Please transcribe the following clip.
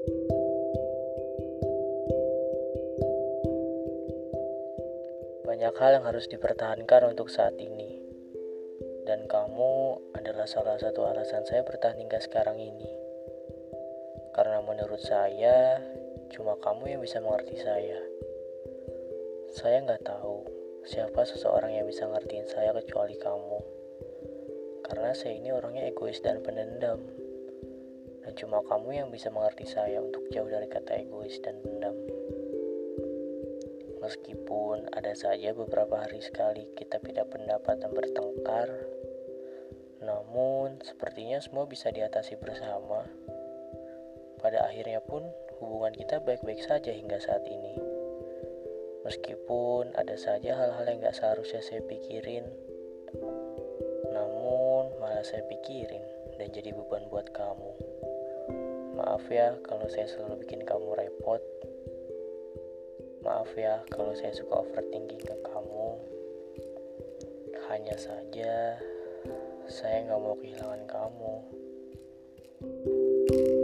Banyak hal yang harus dipertahankan untuk saat ini. Dan kamu adalah salah satu alasan saya bertahan hingga sekarang ini. Karena menurut saya, cuma kamu yang bisa mengerti saya. Saya nggak tahu siapa seseorang yang bisa ngertiin saya kecuali kamu. Karena saya ini orangnya egois dan pendendam. Dan cuma kamu yang bisa mengerti saya untuk jauh dari kata egois dan pendam. Meskipun ada saja beberapa hari sekali kita beda pendapat dan bertengkar, namun sepertinya semua bisa diatasi bersama. Pada akhirnya pun hubungan kita baik-baik saja hingga saat ini. Meskipun ada saja hal-hal yang gak seharusnya saya pikirin, namun malah saya pikirin dan jadi beban buat kamu. Maaf ya kalau saya selalu bikin kamu repot. Maaf ya kalau saya suka overthinking ke kamu. Hanya saja saya gak mau kehilangan kamu.